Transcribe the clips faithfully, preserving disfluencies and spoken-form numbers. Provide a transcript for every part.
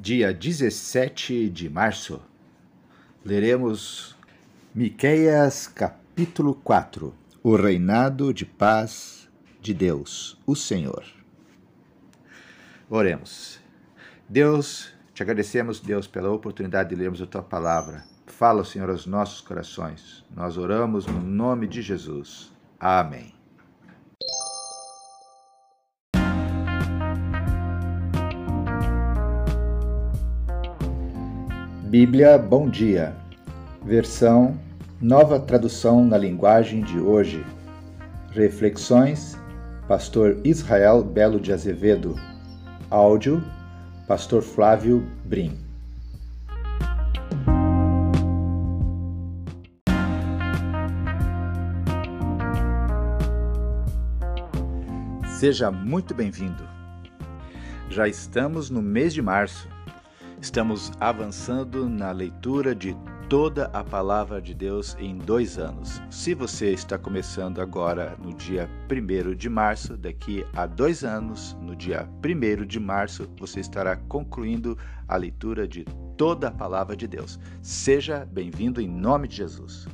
dia dezessete de março, leremos Miqueias capítulo quatro, o reinado de paz de Deus, o Senhor. Oremos. Deus, te agradecemos, Deus, pela oportunidade de lermos a Tua Palavra. Fala, Senhor, aos nossos corações. Nós oramos no nome de Jesus. Amém. Bíblia Bom Dia, versão Nova Tradução na Linguagem de Hoje. Reflexões, Pastor Israel Belo de Azevedo. Áudio, Pastor Flávio Brim. Seja muito bem-vindo. Já estamos no mês de março. Estamos avançando na leitura de toda a Palavra de Deus em dois anos. Se você está começando agora no dia primeiro de março, daqui a dois anos, no dia primeiro de março, você estará concluindo a leitura de toda a Palavra de Deus. Seja bem-vindo em nome de Jesus.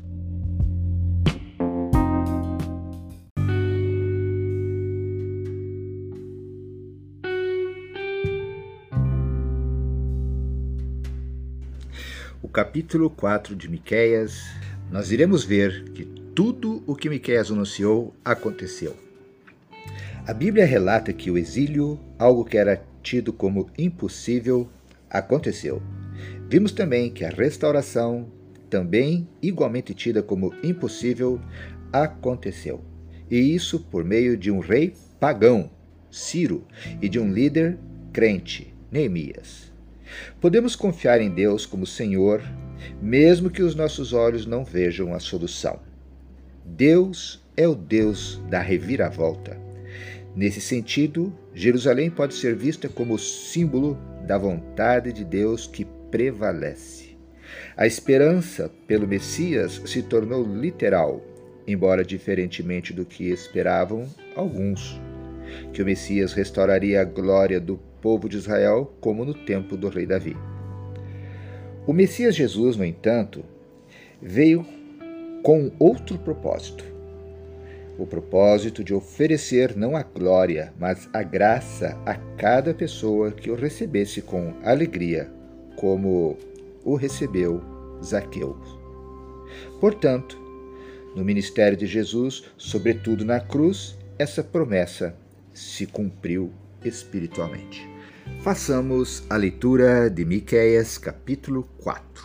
O capítulo quatro de Miqueias, nós iremos ver que tudo o que Miqueias anunciou aconteceu. A Bíblia relata que o exílio, algo que era tido como impossível, aconteceu. Vimos também que a restauração, também igualmente tida como impossível, aconteceu. E isso por meio de um rei pagão, Ciro, e de um líder crente, Neemias. Podemos confiar em Deus como Senhor, mesmo que os nossos olhos não vejam a solução. Deus é o Deus da reviravolta. Nesse sentido, Jerusalém pode ser vista como símbolo da vontade de Deus que prevalece. A esperança pelo Messias se tornou literal, embora diferentemente do que esperavam alguns, que o Messias restauraria a glória do povo de Israel, como no tempo do rei Davi. O Messias Jesus, no entanto, veio com outro propósito. O propósito de oferecer não a glória, mas a graça a cada pessoa que o recebesse com alegria, como o recebeu Zaqueu. Portanto, no ministério de Jesus, sobretudo na cruz, essa promessa se cumpriu espiritualmente. Façamos a leitura de Miqueias capítulo quatro.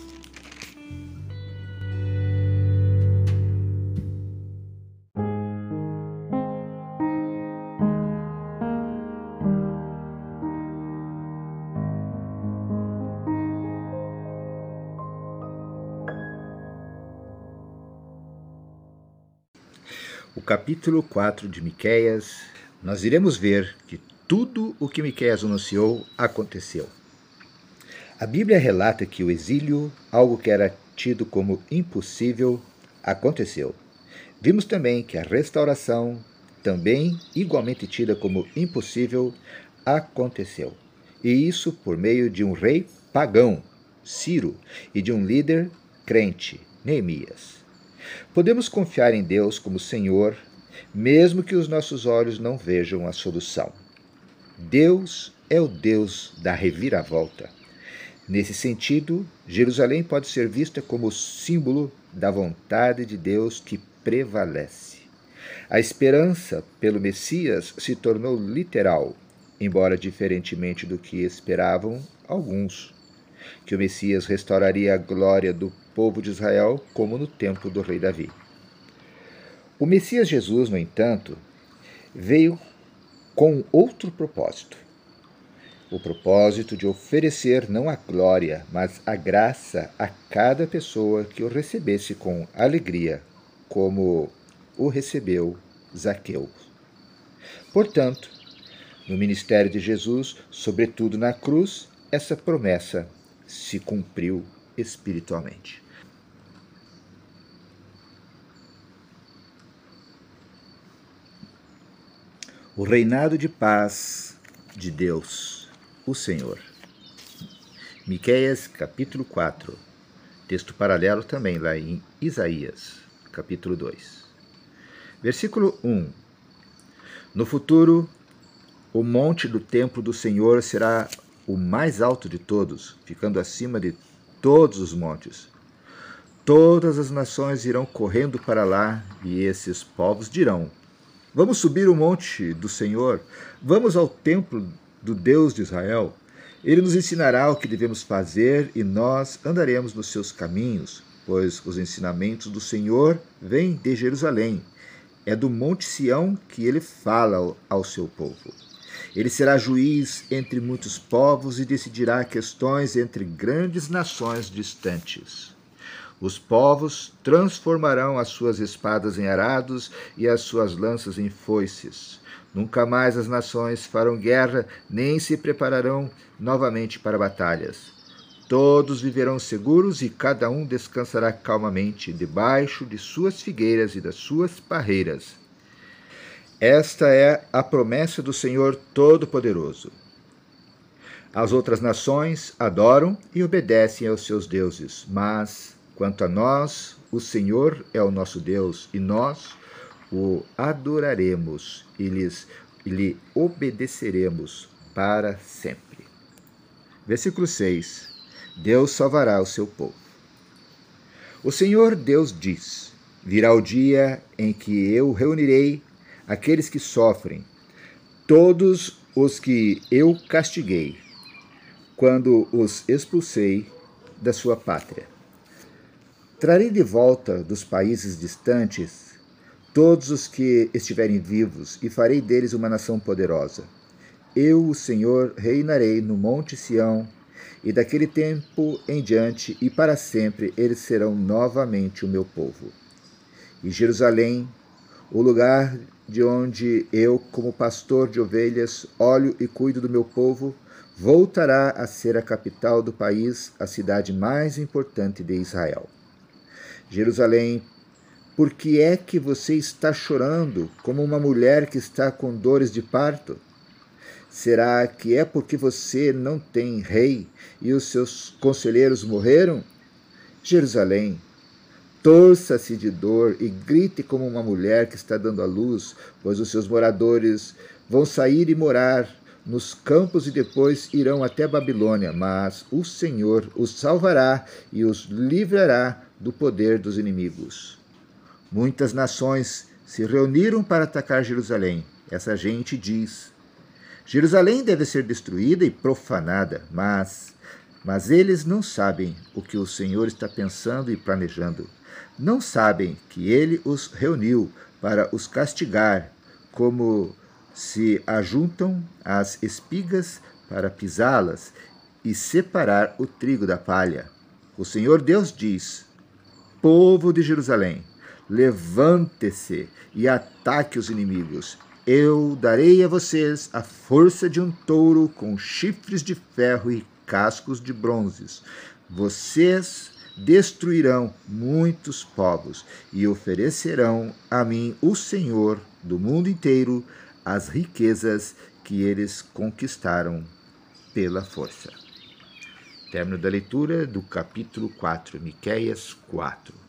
O capítulo quatro de Miqueias, nós iremos ver que tudo o que Miqueias anunciou aconteceu. A Bíblia relata que o exílio, algo que era tido como impossível, aconteceu. Vimos também que a restauração, também igualmente tida como impossível, aconteceu. E isso por meio de um rei pagão, Ciro, e de um líder crente, Neemias. Podemos confiar em Deus como Senhor, mesmo que os nossos olhos não vejam a solução. Deus é o Deus da reviravolta. Nesse sentido, Jerusalém pode ser vista como símbolo da vontade de Deus que prevalece. A esperança pelo Messias se tornou literal, embora diferentemente do que esperavam alguns, que o Messias restauraria a glória do povo de Israel, como no tempo do rei Davi. O Messias Jesus, no entanto, veio com outro propósito. O propósito de oferecer não a glória, mas a graça a cada pessoa que o recebesse com alegria, como o recebeu Zaqueu. Portanto, no ministério de Jesus, sobretudo na cruz, essa promessa se cumpriu espiritualmente. O reinado de paz de Deus, o Senhor. Miqueias, capítulo quatro. Texto paralelo também lá em Isaías, capítulo dois. Versículo um. No futuro, o monte do templo do Senhor será o mais alto de todos, ficando acima de todos os montes. Todas as nações irão correndo para lá, e esses povos dirão: vamos subir o monte do Senhor, vamos ao templo do Deus de Israel. Ele nos ensinará o que devemos fazer e nós andaremos nos seus caminhos, pois os ensinamentos do Senhor vêm de Jerusalém. É do Monte Sião que ele fala ao seu povo. Ele será juiz entre muitos povos e decidirá questões entre grandes nações distantes. Os povos transformarão as suas espadas em arados e as suas lanças em foices. Nunca mais as nações farão guerra, nem se prepararão novamente para batalhas. Todos viverão seguros e cada um descansará calmamente debaixo de suas figueiras e das suas parreiras. Esta é a promessa do Senhor Todo-Poderoso. As outras nações adoram e obedecem aos seus deuses, mas, quanto a nós, o Senhor é o nosso Deus e nós o adoraremos e, lhes, e lhe obedeceremos para sempre. Versículo seis. Deus salvará o seu povo. O Senhor Deus diz: virá o dia em que eu reunirei aqueles que sofrem, todos os que eu castiguei, quando os expulsei da sua pátria. Trarei de volta dos países distantes todos os que estiverem vivos, e farei deles uma nação poderosa. Eu, o Senhor, reinarei no Monte Sião, e daquele tempo em diante e para sempre eles serão novamente o meu povo. E Jerusalém, o lugar de onde eu, como pastor de ovelhas, olho e cuido do meu povo, voltará a ser a capital do país, a cidade mais importante de Israel. Jerusalém, por que é que você está chorando como uma mulher que está com dores de parto? Será que é porque você não tem rei e os seus conselheiros morreram? Jerusalém, torça-se de dor e grite como uma mulher que está dando à luz, pois os seus moradores vão sair e morar nos campos e depois irão até Babilônia, mas o Senhor os salvará e os livrará do poder dos inimigos. Muitas nações se reuniram para atacar Jerusalém. Essa gente diz: Jerusalém deve ser destruída e profanada, mas, mas eles não sabem o que o Senhor está pensando e planejando. Não sabem que ele os reuniu para os castigar, como se ajuntam as espigas para pisá-las e separar o trigo da palha. O Senhor Deus diz: povo de Jerusalém, levante-se e ataque os inimigos. Eu darei a vocês a força de um touro com chifres de ferro e cascos de bronzes. Vocês destruirão muitos povos e oferecerão a mim, o Senhor do mundo inteiro, as riquezas que eles conquistaram pela força. Término da leitura do capítulo quatro, Miqueias quatro.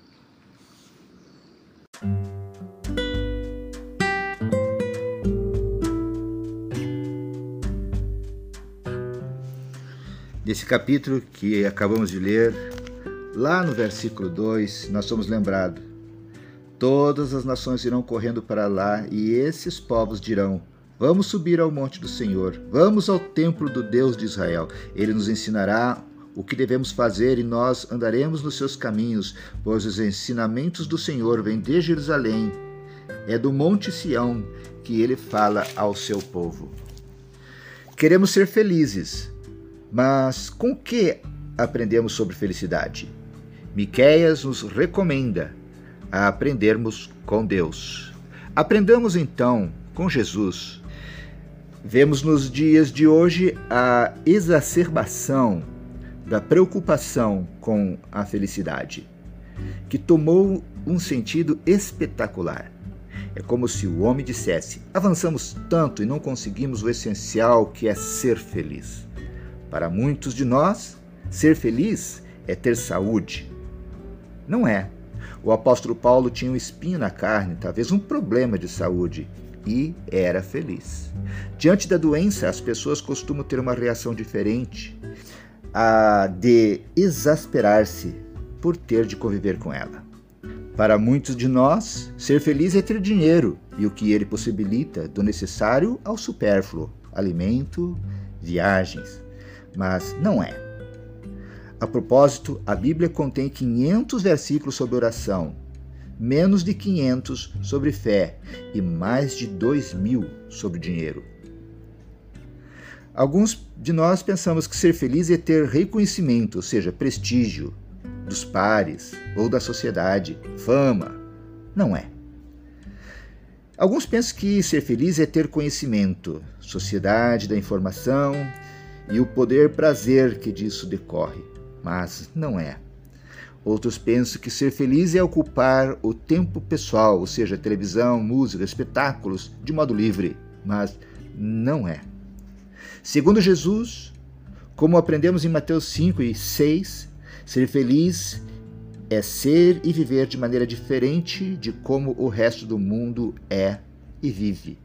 Nesse capítulo que acabamos de ler, lá no versículo dois, nós somos lembrados: todas as nações irão correndo para lá, e esses povos dirão: vamos subir ao monte do Senhor, vamos ao templo do Deus de Israel. Ele nos ensinará o que devemos fazer e nós andaremos nos seus caminhos, pois os ensinamentos do Senhor vêm de Jerusalém. É do Monte Sião que ele fala ao seu povo. Queremos ser felizes, mas com que aprendemos sobre felicidade? Miqueias nos recomenda a aprendermos com Deus. Aprendamos então com Jesus. Vemos nos dias de hoje a exacerbação da preocupação com a felicidade, que tomou um sentido espetacular. É como se o homem dissesse: avançamos tanto e não conseguimos o essencial, que é ser feliz. Para muitos de nós, ser feliz é ter saúde. Não é. O apóstolo Paulo tinha um espinho na carne, talvez um problema de saúde, e era feliz. Diante da doença, as pessoas costumam ter uma reação diferente, a de exasperar-se por ter de conviver com ela. Para muitos de nós, ser feliz é ter dinheiro e o que ele possibilita, do necessário ao supérfluo, alimento, viagens. Mas não é. A propósito, a Bíblia contém quinhentos versículos sobre oração, menos de quinhentos sobre fé e mais de dois mil sobre dinheiro. Alguns de nós pensamos que ser feliz é ter reconhecimento, ou seja, prestígio, dos pares ou da sociedade, fama. Não é. Alguns pensam que ser feliz é ter conhecimento, sociedade da informação e o poder prazer que disso decorre, mas não é. Outros pensam que ser feliz é ocupar o tempo pessoal, ou seja, televisão, música, espetáculos, de modo livre, mas não é. Segundo Jesus, como aprendemos em Mateus cinco e seis, ser feliz é ser e viver de maneira diferente de como o resto do mundo é e vive.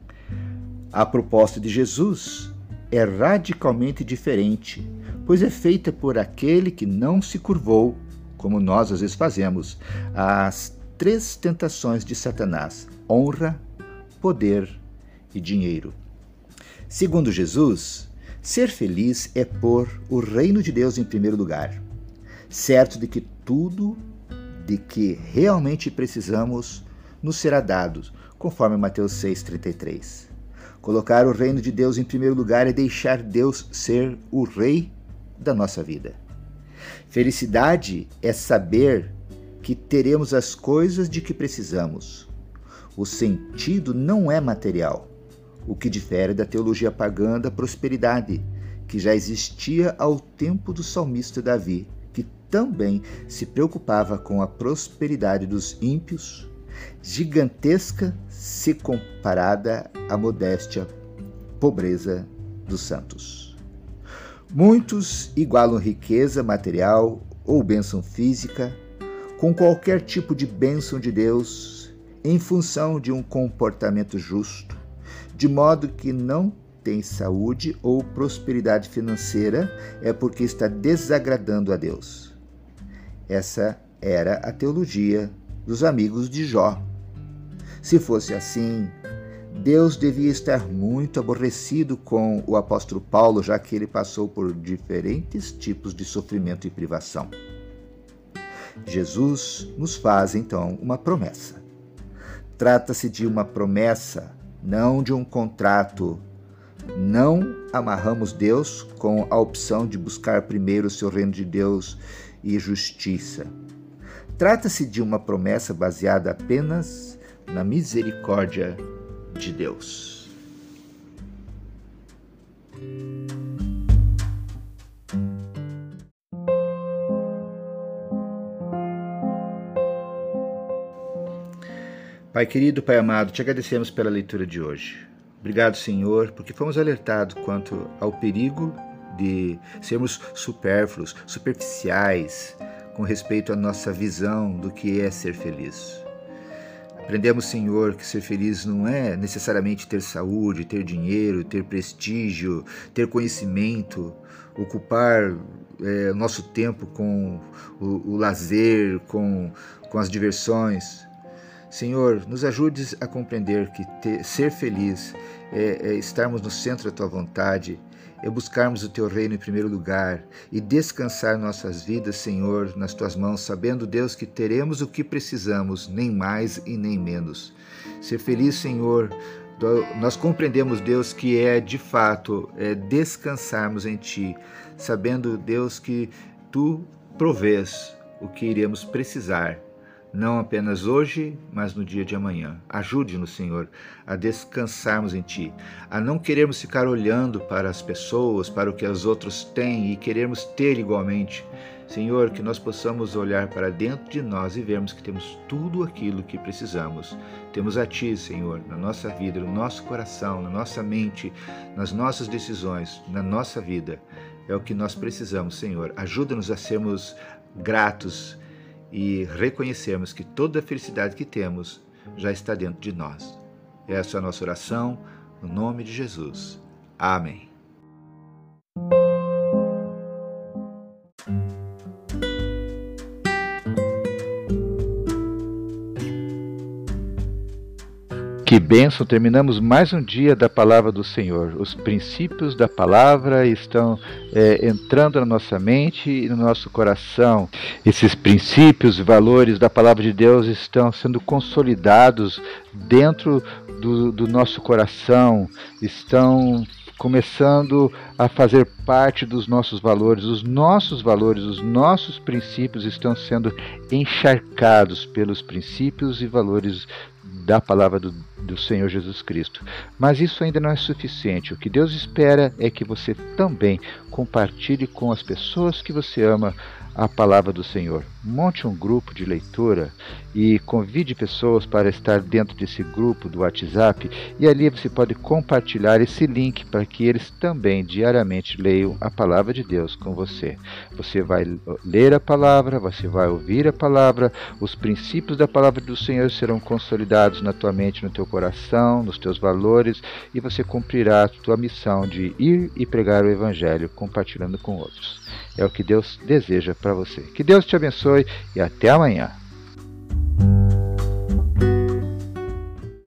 A proposta de Jesus é radicalmente diferente, pois é feita por aquele que não se curvou, como nós às vezes fazemos, às três tentações de Satanás: honra, poder e dinheiro. Segundo Jesus, ser feliz é pôr o reino de Deus em primeiro lugar, certo de que tudo de que realmente precisamos nos será dado, conforme Mateus seis, trinta e três. Colocar o reino de Deus em primeiro lugar é deixar Deus ser o rei da nossa vida. Felicidade é saber que teremos as coisas de que precisamos. O sentido não é material, o que difere da teologia pagã da prosperidade, que já existia ao tempo do salmista Davi, que também se preocupava com a prosperidade dos ímpios, gigantesca se comparada à modéstia, pobreza dos santos. Muitos igualam riqueza material ou bênção física com qualquer tipo de bênção de Deus em função de um comportamento justo, de modo que não tem saúde ou prosperidade financeira é porque está desagradando a Deus. Essa era a teologia dos amigos de Jó. Se fosse assim, Deus devia estar muito aborrecido com o apóstolo Paulo, já que ele passou por diferentes tipos de sofrimento e privação. Jesus nos faz, então, uma promessa. Trata-se de uma promessa, não de um contrato. Não amarramos Deus com a opção de buscar primeiro o seu reino de Deus e justiça. Trata-se de uma promessa baseada apenas na misericórdia de Deus. Pai querido, Pai amado, te agradecemos pela leitura de hoje. Obrigado, Senhor, porque fomos alertados quanto ao perigo de sermos supérfluos, superficiais, com respeito à nossa visão do que é ser feliz. Aprendemos, Senhor, que ser feliz não é necessariamente ter saúde, ter dinheiro, ter prestígio, ter conhecimento, ocupar é, nosso tempo com o, o lazer, com, com as diversões. Senhor, nos ajudes a compreender que ter, ser feliz é, é estarmos no centro da Tua vontade, é buscarmos o Teu reino em primeiro lugar e descansar nossas vidas, Senhor, nas Tuas mãos, sabendo, Deus, que teremos o que precisamos, nem mais e nem menos. Ser feliz, Senhor, nós compreendemos, Deus, que é, de fato, é descansarmos em Ti, sabendo, Deus, que Tu provês o que iremos precisar, não apenas hoje, mas no dia de amanhã. Ajude-nos, Senhor, a descansarmos em Ti, a não querermos ficar olhando para as pessoas, para o que os outros têm e querermos ter igualmente. Senhor, que nós possamos olhar para dentro de nós e vermos que temos tudo aquilo que precisamos. Temos a Ti, Senhor, na nossa vida, no nosso coração, na nossa mente, nas nossas decisões, na nossa vida. É o que nós precisamos, Senhor. Ajuda-nos a sermos gratos e reconhecermos que toda a felicidade que temos já está dentro de nós. Essa é a nossa oração, no nome de Jesus. Amém. Que bênção! Terminamos mais um dia da Palavra do Senhor. Os princípios da Palavra estão é, entrando na nossa mente e no nosso coração. Esses princípios e valores da Palavra de Deus estão sendo consolidados dentro do, do nosso coração, estão começando a fazer parte dos nossos valores. Os nossos valores, os nossos princípios estão sendo encharcados pelos princípios e valores da palavra do, do Senhor Jesus Cristo. Mas isso ainda não é suficiente. O que Deus espera é que você também compartilhe com as pessoas que você ama a palavra do Senhor. Monte um grupo de leitura e convide pessoas para estar dentro desse grupo do WhatsApp, e ali você pode compartilhar esse link para que eles também diariamente leiam a palavra de Deus com você. Você vai ler a palavra, você vai ouvir a palavra, os princípios da palavra do Senhor serão consolidados na tua mente, no teu coração, nos teus valores, e você cumprirá a tua missão de ir e pregar o Evangelho compartilhando com outros. É o que Deus deseja para você. Que Deus te abençoe e até amanhã.